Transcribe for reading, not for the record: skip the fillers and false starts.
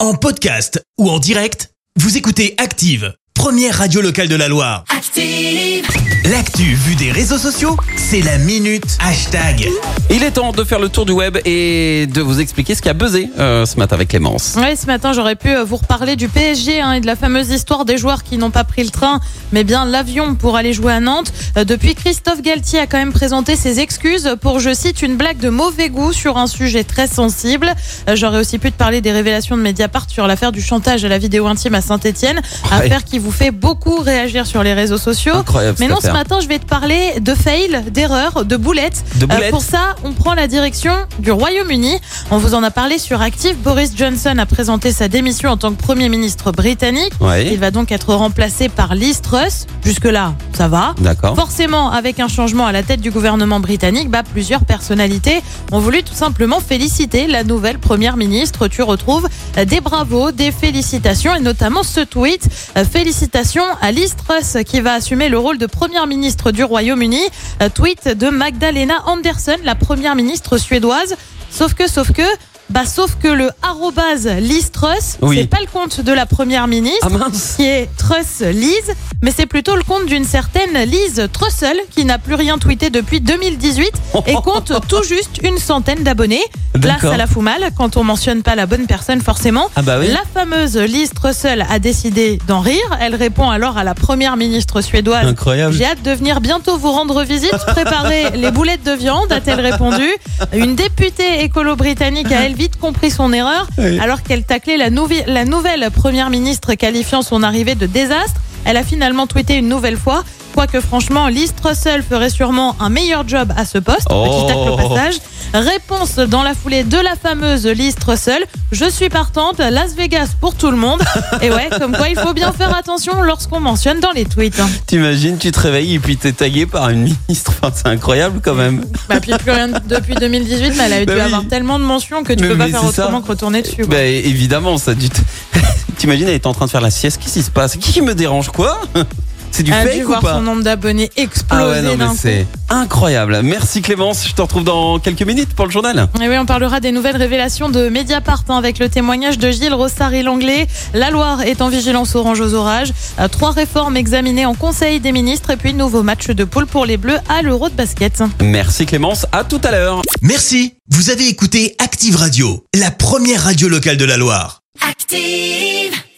En podcast ou en direct, vous écoutez Active, première radio locale de la Loire. Active. L'actu vue des réseaux sociaux, c'est la minute hashtag. Il est temps de faire le tour du web et de vous expliquer ce qui a buzzé ce matin avec Clémence. Oui, ce matin, j'aurais pu vous reparler du PSG et de la fameuse histoire des joueurs qui n'ont pas pris le train, mais bien l'avion pour aller jouer à Nantes. Depuis, Christophe Galtier a quand même présenté ses excuses pour, je cite, une blague de mauvais goût sur un sujet très sensible. J'aurais aussi pu te parler des révélations de Mediapart sur l'affaire du chantage à la vidéo intime à Saint-Etienne, affaire qui vous fait beaucoup réagir sur les réseaux sociaux. Incroyable. Mais non, ce matin, je vais te parler de fail, d'erreurs, de boulettes. Pour ça, on prend la direction du Royaume-Uni. On vous en a parlé sur Active. Boris Johnson a présenté sa démission en tant que Premier ministre britannique. Ouais. Il va donc être remplacé par Liz Truss. Jusque-là, ça va. D'accord. Forcément, avec un changement à la tête du gouvernement britannique, plusieurs personnalités ont voulu tout simplement féliciter la nouvelle Première ministre. Tu retrouves des bravos, des félicitations et notamment ce tweet. Félicitations à Liz Truss qui va assumer le rôle de Première ministre du Royaume-Uni. Tweet de Magdalena Andersson, la Première ministre suédoise. Sauf que le @Liz Truss, oui. C'est pas le compte de la Première ministre, qui est Truss Liz, mais c'est plutôt le compte d'une certaine Liz Trussell qui n'a plus rien tweeté depuis 2018 et compte tout juste une centaine d'abonnés. Là, ça la fout mal quand on mentionne pas la bonne personne forcément. Oui. La fameuse Liz Trussell a décidé d'en rire. Elle répond alors à la Première ministre suédoise. Incroyable. J'ai hâte de venir bientôt vous rendre visite, préparer les boulettes de viande, a-t-elle répondu. Une députée écolo britannique a elle vite compris son erreur, alors qu'elle taclait la nouvelle Première ministre qualifiant son arrivée de désastre. Elle a finalement tweeté une nouvelle fois, quoique franchement, Liz Trussell ferait sûrement un meilleur job à ce poste. Petit tacle au passage. Réponse dans la foulée de la fameuse Liz Trussell. Je suis partante, Las Vegas pour tout le monde. Et ouais, comme quoi il faut bien faire attention lorsqu'on mentionne dans les tweets. T'imagines, tu te réveilles et puis t'es tagué par une ministre. Enfin, c'est incroyable quand même. Puis plus rien depuis 2018, mais elle a dû avoir tellement de mentions que tu peux pas faire autrement que retourner dessus. Évidemment, ça dû T'imagines, elle est en train de faire la sieste. Qu'est-ce qui se passe? Qui me dérange, quoi? C'est du fake ou pas? Elle a dû voir son nombre d'abonnés exploser d'un coup. C'est incroyable. Merci Clémence, je te retrouve dans quelques minutes pour le journal. Et oui, on parlera des nouvelles révélations de Mediapart avec le témoignage de Gilles Rossary-Langlais. La Loire est en vigilance orange aux orages. 3 réformes examinées en Conseil des ministres et puis nouveau match de poule pour les Bleus à l'Euro de basket. Merci Clémence, à tout à l'heure. Merci, vous avez écouté Active Radio, la première radio locale de la Loire. Active.